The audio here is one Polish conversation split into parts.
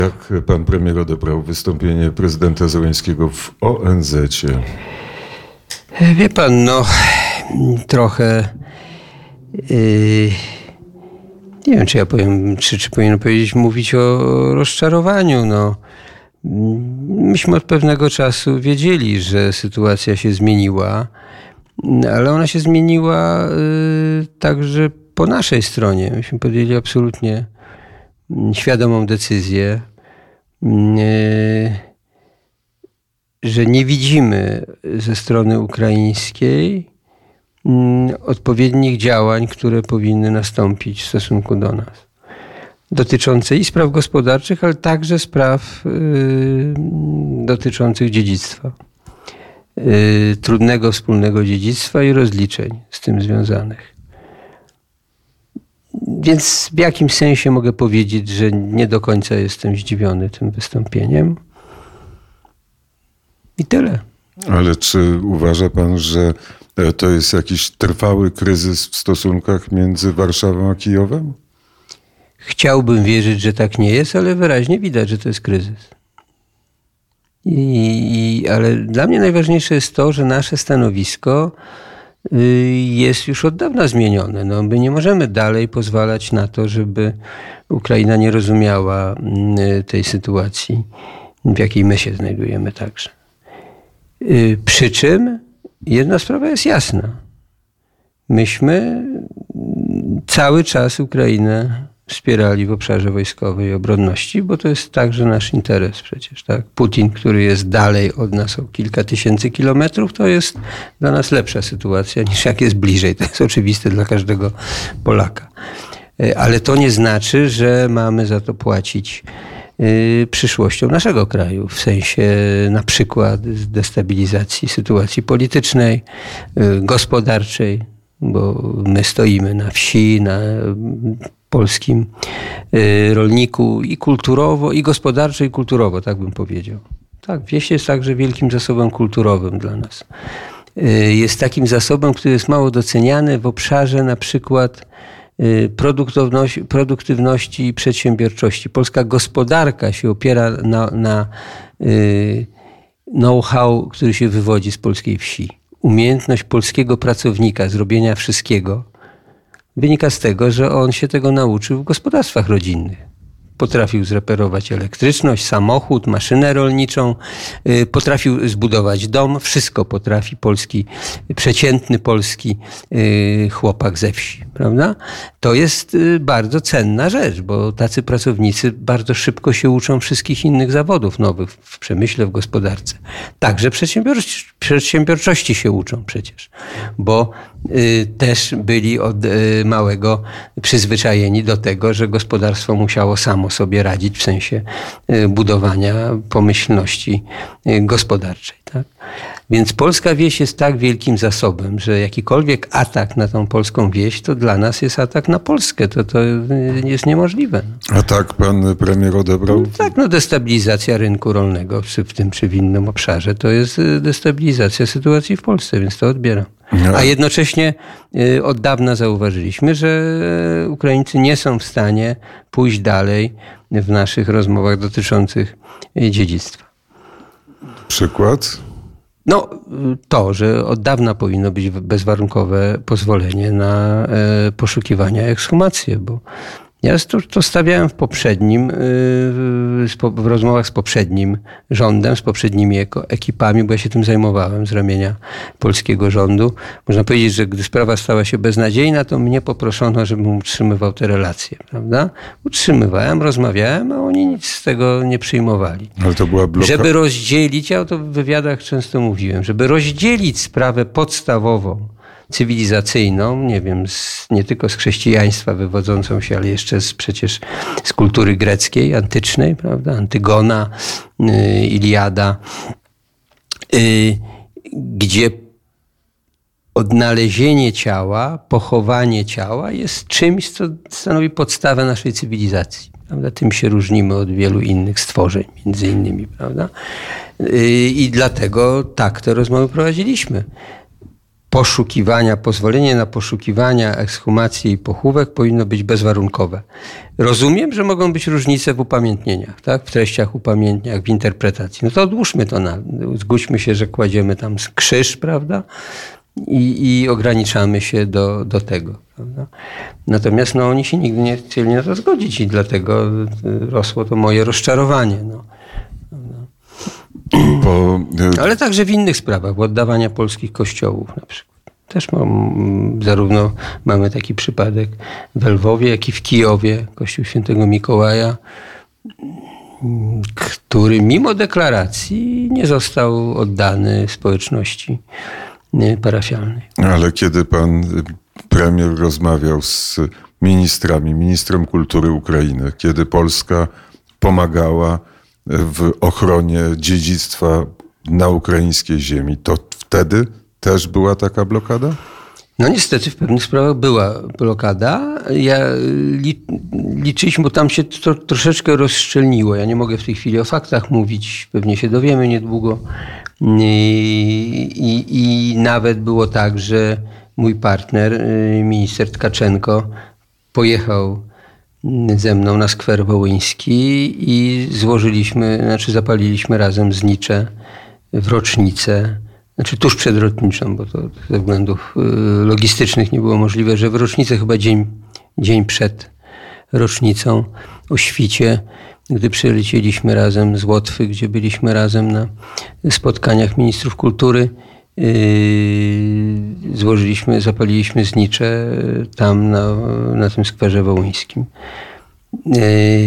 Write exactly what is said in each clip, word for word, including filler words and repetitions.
Jak pan premier odebrał wystąpienie prezydenta Zełenskiego w O N zecie? Wie pan, no trochę yy, nie wiem, czy ja powiem, czy, czy powinienem powiedzieć, mówić o rozczarowaniu. No. Myśmy od pewnego czasu wiedzieli, że sytuacja się zmieniła, ale ona się zmieniła yy, także po naszej stronie. Myśmy podjęli absolutnie świadomą decyzję, yy, że nie widzimy ze strony ukraińskiej odpowiednich działań, które powinny nastąpić w stosunku do nas. Dotyczące i spraw gospodarczych, ale także spraw yy, dotyczących dziedzictwa. Yy, trudnego wspólnego dziedzictwa i rozliczeń z tym związanych. Więc w jakimś sensie mogę powiedzieć, że nie do końca jestem zdziwiony tym wystąpieniem. I tyle. Ale czy uważa pan, że to jest jakiś trwały kryzys w stosunkach między Warszawą a Kijowem? Chciałbym wierzyć, że tak nie jest, ale wyraźnie widać, że to jest kryzys. I, ale dla mnie najważniejsze jest to, że nasze stanowisko jest już od dawna zmienione. No, my nie możemy dalej pozwalać na to, żeby Ukraina nie rozumiała tej sytuacji, w jakiej my się znajdujemy także. Przy czym jedna sprawa jest jasna. Myśmy cały czas Ukrainę wspierali w obszarze wojskowej i obronności, bo to jest także nasz interes przecież. Tak? Putin, który jest dalej od nas o kilka tysięcy kilometrów, to jest dla nas lepsza sytuacja niż jak jest bliżej. To jest oczywiste dla każdego Polaka. Ale to nie znaczy, że mamy za to płacić przyszłością naszego kraju, w sensie na przykład destabilizacji sytuacji politycznej, gospodarczej, bo my stoimy na wsi, na polskim rolniku i kulturowo, i gospodarczo, i kulturowo, tak bym powiedział. Tak, wieś jest także wielkim zasobem kulturowym dla nas. Jest takim zasobem, który jest mało doceniany w obszarze na przykład produktywności, produktywności i przedsiębiorczości. Polska gospodarka się opiera na, na know-how, który się wywodzi z polskiej wsi. Umiejętność polskiego pracownika zrobienia wszystkiego wynika z tego, że on się tego nauczył w gospodarstwach rodzinnych. Potrafił zreperować elektryczność, samochód, maszynę rolniczą, potrafił zbudować dom. Wszystko potrafi polski, przeciętny polski chłopak ze wsi, prawda? To jest bardzo cenna rzecz, bo tacy pracownicy bardzo szybko się uczą wszystkich innych zawodów nowych w przemyśle, w gospodarce. Także przedsiębiorczości, przedsiębiorczości się uczą przecież, bo też byli od małego przyzwyczajeni do tego, że gospodarstwo musiało samo sobie radzić w sensie budowania pomyślności gospodarczej. Tak? Więc polska wieś jest tak wielkim zasobem, że jakikolwiek atak na tą polską wieś, to dla nas jest atak na Polskę. To, to jest niemożliwe. A tak pan premier odebrał? No tak, no destabilizacja rynku rolnego czy w tym czy w innym obszarze to jest destabilizacja sytuacji w Polsce, więc to odbieram. No. A jednocześnie od dawna zauważyliśmy, że Ukraińcy nie są w stanie pójść dalej w naszych rozmowach dotyczących dziedzictwa. Przykład? No to, że od dawna powinno być bezwarunkowe pozwolenie na poszukiwania, ekshumację, bo ja to, to stawiałem w poprzednim, w rozmowach z poprzednim rządem, z poprzednimi ekipami, bo ja się tym zajmowałem z ramienia polskiego rządu. Można powiedzieć, że gdy sprawa stała się beznadziejna, to mnie poproszono, żebym utrzymywał te relacje, prawda? Utrzymywałem, rozmawiałem, a oni nic z tego nie przyjmowali. Ale to była bloka... Żeby rozdzielić, ja o to w wywiadach często mówiłem, żeby rozdzielić sprawę podstawową, cywilizacyjną, nie wiem, z, nie tylko z chrześcijaństwa wywodzącą się, ale jeszcze z, przecież z kultury greckiej, antycznej, prawda? Antygona, y, Iliada, y, gdzie odnalezienie ciała, pochowanie ciała jest czymś, co stanowi podstawę naszej cywilizacji. Prawda? Tym się różnimy od wielu innych stworzeń, między innymi, prawda? Y, I dlatego tak te rozmowy prowadziliśmy. poszukiwania, pozwolenie na poszukiwania, ekshumację i pochówek powinno być bezwarunkowe. Rozumiem, że mogą być różnice w upamiętnieniach, tak? W treściach upamiętniach, w interpretacji. No to odłóżmy to, na, zgódźmy się, że kładziemy tam krzyż, prawda? I, i ograniczamy się do, do tego. Prawda? Natomiast no, oni się nigdy nie chcieli na to zgodzić i dlatego rosło to moje rozczarowanie. No. Bo... Ale także w innych sprawach, w oddawania polskich kościołów na przykład. Też mam, zarówno mamy taki przypadek w Lwowie, jak i w Kijowie, kościół świętego Mikołaja, który mimo deklaracji nie został oddany społeczności parafialnej. Ale kiedy pan premier rozmawiał z ministrami, ministrem kultury Ukrainy, kiedy Polska pomagała w ochronie dziedzictwa na ukraińskiej ziemi, to wtedy też była taka blokada? No niestety w pewnych sprawach była blokada. Ja li, liczyliśmy, bo tam się to troszeczkę rozszczelniło. Ja nie mogę w tej chwili o faktach mówić, pewnie się dowiemy niedługo. I, i, i nawet było tak, że mój partner, minister Tkaczenko, pojechał ze mną na skwer wołyński i złożyliśmy, znaczy zapaliliśmy razem znicze w rocznicę, znaczy tuż przed rocznicą, bo to ze względów logistycznych nie było możliwe, że w rocznicę chyba dzień, dzień przed rocznicą o świcie, gdy przylecieliśmy razem z Łotwy, gdzie byliśmy razem na spotkaniach ministrów kultury, Yy, złożyliśmy, zapaliliśmy znicze tam na, na tym skwerze wołyńskim. Yy,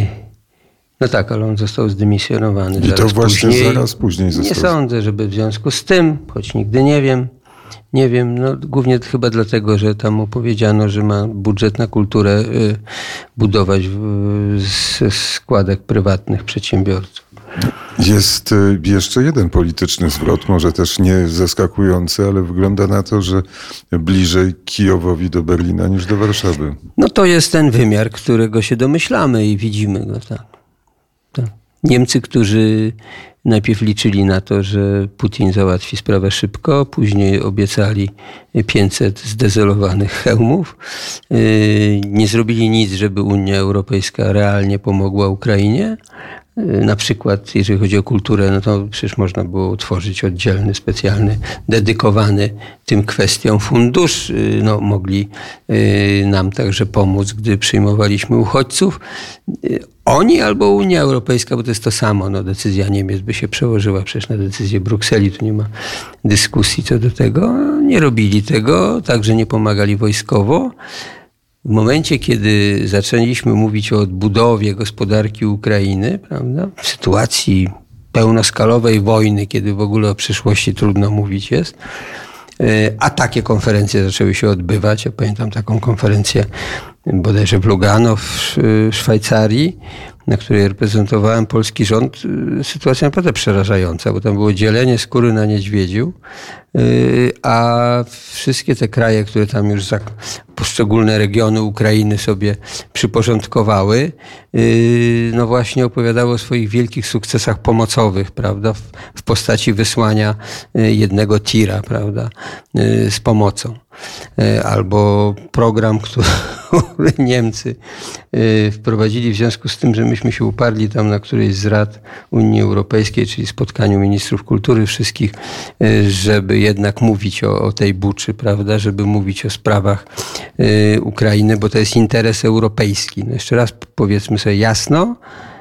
no tak, ale on został zdymisjonowany. I to właśnie później. zaraz później został. Nie sądzę, żeby w związku z tym, choć nigdy nie wiem, nie wiem, no głównie chyba dlatego, że tam opowiedziano, że ma budżet na kulturę yy, budować ze składek prywatnych przedsiębiorców. Jest jeszcze jeden polityczny zwrot, może też nie zaskakujący, ale wygląda na to, że bliżej Kijowowi do Berlina niż do Warszawy. No to jest ten wymiar, którego się domyślamy i widzimy go, tak. tak. Niemcy, którzy najpierw liczyli na to, że Putin załatwi sprawę szybko, później obiecali pięćset zdezelowanych hełmów. Nie zrobili nic, żeby Unia Europejska realnie pomogła Ukrainie. Na przykład, jeżeli chodzi o kulturę, no to przecież można było utworzyć oddzielny, specjalny, dedykowany tym kwestiom fundusz. No, mogli nam także pomóc, gdy przyjmowaliśmy uchodźców. Oni albo Unia Europejska, bo to jest to samo. No, decyzja Niemiec by się przełożyła przecież na decyzję Brukseli. Tu nie ma dyskusji co do tego. Nie robili tego, także nie pomagali wojskowo. W momencie, kiedy zaczęliśmy mówić o odbudowie gospodarki Ukrainy, prawda, w sytuacji pełnoskalowej wojny, kiedy w ogóle o przyszłości trudno mówić jest, a takie konferencje zaczęły się odbywać. Ja pamiętam taką konferencję bodajże w Lugano w Szwajcarii, na której reprezentowałem polski rząd. Sytuacja naprawdę przerażająca, bo tam było dzielenie skóry na niedźwiedziu, a wszystkie te kraje, które tam już za poszczególne regiony Ukrainy sobie przyporządkowały, no właśnie opowiadały o swoich wielkich sukcesach pomocowych, prawda, w, w postaci wysłania jednego tira, prawda, z pomocą. Albo program, który Niemcy wprowadzili w związku z tym, że myśmy się uparli tam na którejś z rad Unii Europejskiej, czyli spotkaniu ministrów kultury wszystkich, żeby jednak mówić o, o tej buczy, prawda, żeby mówić o sprawach Ukrainy, bo to jest interes europejski. No jeszcze raz powiedzmy sobie jasno,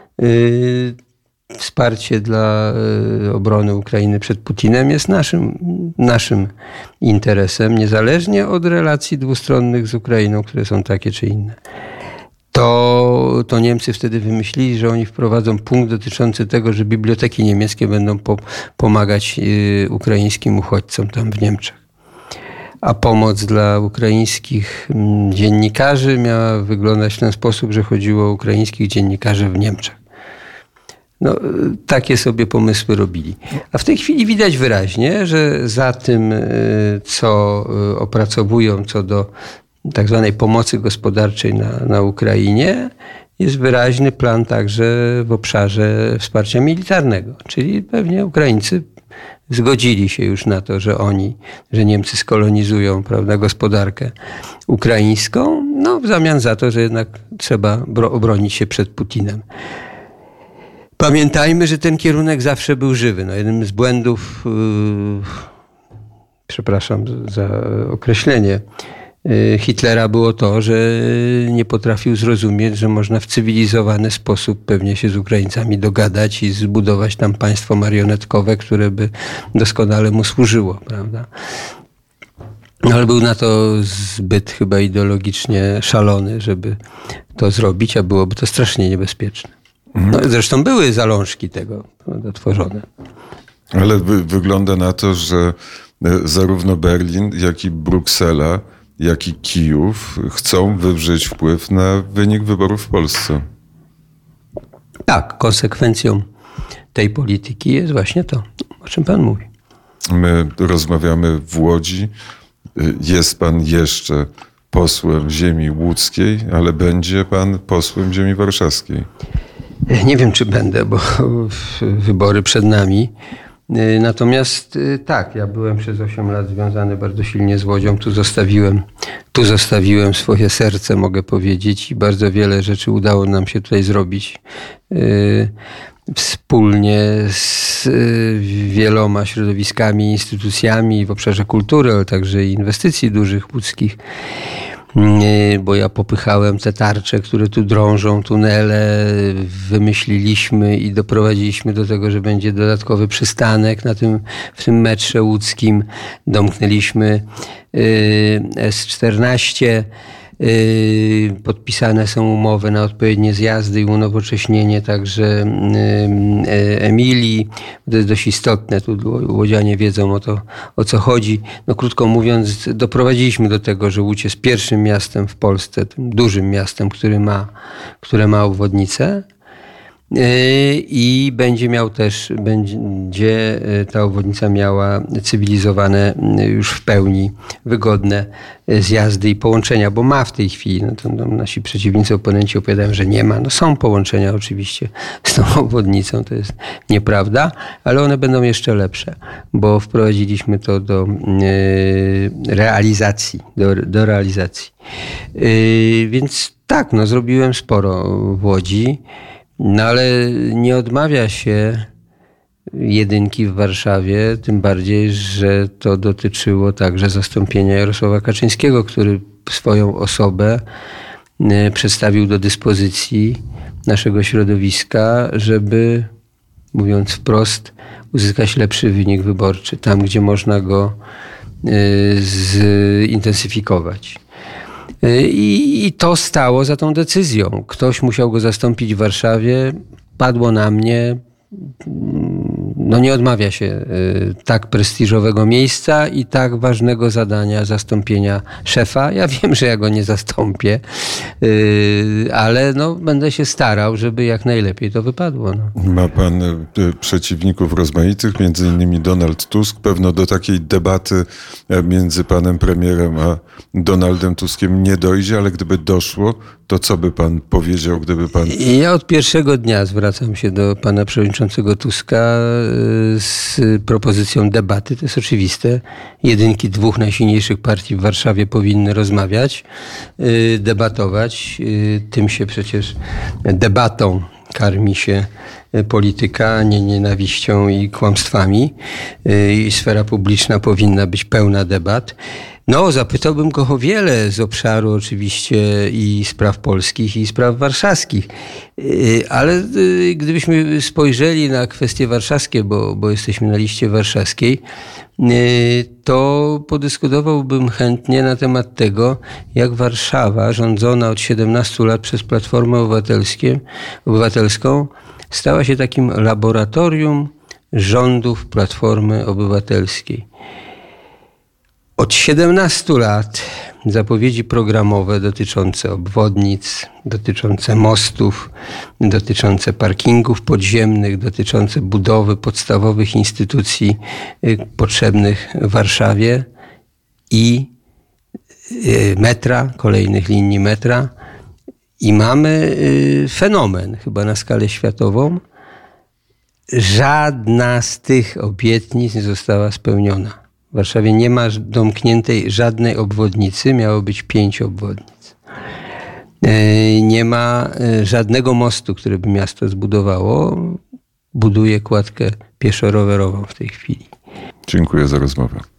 wsparcie dla obrony Ukrainy przed Putinem jest naszym, naszym interesem, niezależnie od relacji dwustronnych z Ukrainą, które są takie czy inne. To, to Niemcy wtedy wymyślili, że oni wprowadzą punkt dotyczący tego, że biblioteki niemieckie będą po, pomagać ukraińskim uchodźcom tam w Niemczech. A pomoc dla ukraińskich dziennikarzy miała wyglądać w ten sposób, że chodziło o ukraińskich dziennikarzy w Niemczech. No, takie sobie pomysły robili. A w tej chwili widać wyraźnie, że za tym, co opracowują co do tak zwanej pomocy gospodarczej na, na Ukrainie, jest wyraźny plan także w obszarze wsparcia militarnego. Czyli pewnie Ukraińcy zgodzili się już na to, że oni, że Niemcy skolonizują, prawda, gospodarkę ukraińską, no w zamian za to, że jednak trzeba bro- obronić się przed Putinem. Pamiętajmy, że ten kierunek zawsze był żywy. No, jednym z błędów, yy, przepraszam za określenie, yy, Hitlera było to, że nie potrafił zrozumieć, że można w cywilizowany sposób pewnie się z Ukraińcami dogadać i zbudować tam państwo marionetkowe, które by doskonale mu służyło, prawda? No, ale był na to zbyt chyba ideologicznie szalony, żeby to zrobić, a byłoby to strasznie niebezpieczne. No, zresztą były zalążki tego, prawda, tworzone. Ale wy, wygląda na to, że zarówno Berlin, jak i Bruksela, jak i Kijów chcą wywrzeć wpływ na wynik wyborów w Polsce. Tak, konsekwencją tej polityki jest właśnie to, o czym pan mówi. My rozmawiamy w Łodzi. Jest pan jeszcze posłem ziemi łódzkiej, ale będzie pan posłem ziemi warszawskiej. Nie wiem, czy będę, bo wybory przed nami. Natomiast tak, ja byłem przez osiem lat związany bardzo silnie z Łodzią. Tu zostawiłem, tu zostawiłem swoje serce, mogę powiedzieć, i bardzo wiele rzeczy udało nam się tutaj zrobić. Wspólnie z wieloma środowiskami, instytucjami w obszarze kultury, ale także i inwestycji dużych łódzkich. Bo ja popychałem te tarcze, które tu drążą, tunele, wymyśliliśmy i doprowadziliśmy do tego, że będzie dodatkowy przystanek na tym, w tym metrze łódzkim. Domknęliśmy S czternaście. Podpisane są umowy na odpowiednie zjazdy i unowocześnienie także Emilii. To jest dość istotne. Tu łodzianie wiedzą o to, o co chodzi. No, krótko mówiąc, doprowadziliśmy do tego, że Łódź jest pierwszym miastem w Polsce, tym dużym miastem, który ma, które ma obwodnicę. I będzie miał też, będzie ta obwodnica miała cywilizowane już w pełni wygodne zjazdy i połączenia, bo ma w tej chwili, no to no, nasi przeciwnicy, oponenci opowiadają, że nie ma. No są połączenia oczywiście z tą obwodnicą, to jest nieprawda, ale one będą jeszcze lepsze, bo wprowadziliśmy to do yy, realizacji, do, do realizacji. Yy, więc tak, no zrobiłem sporo w Łodzi. No ale nie odmawia się jedynki w Warszawie, tym bardziej, że to dotyczyło także zastąpienia Jarosława Kaczyńskiego, który swoją osobę przedstawił do dyspozycji naszego środowiska, żeby, mówiąc wprost, uzyskać lepszy wynik wyborczy, tam gdzie można go zintensyfikować. I, I to stało za tą decyzją. Ktoś musiał go zastąpić w Warszawie. Padło na mnie. No nie odmawia się tak prestiżowego miejsca i tak ważnego zadania zastąpienia szefa. Ja wiem, że ja go nie zastąpię, ale no będę się starał, żeby jak najlepiej to wypadło. No. Ma pan przeciwników rozmaitych, między innymi Donald Tusk. Pewno do takiej debaty między panem premierem a Donaldem Tuskiem nie dojdzie, ale gdyby doszło, to co by pan powiedział, gdyby pan... Ja od pierwszego dnia zwracam się do pana przewodniczącego Tuska z propozycją debaty. To jest oczywiste. Jedynki dwóch najsilniejszych partii w Warszawie powinny rozmawiać, debatować. Tym się przecież debatą karmi się polityka, a nie nienawiścią i kłamstwami. I sfera publiczna powinna być pełna debat. No, zapytałbym go o wiele z obszaru oczywiście i spraw polskich, i spraw warszawskich. Ale gdybyśmy spojrzeli na kwestie warszawskie, bo, bo jesteśmy na liście warszawskiej, to podyskutowałbym chętnie na temat tego, jak Warszawa, rządzona od siedemnastu lat przez Platformę Obywatelską, stała się takim laboratorium rządów Platformy Obywatelskiej. Od siedemnastu lat zapowiedzi programowe dotyczące obwodnic, dotyczące mostów, dotyczące parkingów podziemnych, dotyczące budowy podstawowych instytucji potrzebnych w Warszawie i metra, kolejnych linii metra I mamy fenomen chyba na skalę światową. Żadna z tych obietnic nie została spełniona. W Warszawie nie ma domkniętej żadnej obwodnicy, miało być pięć obwodnic. Nie ma żadnego mostu, który by miasto zbudowało. Buduje kładkę pieszo-rowerową w tej chwili. Dziękuję za rozmowę.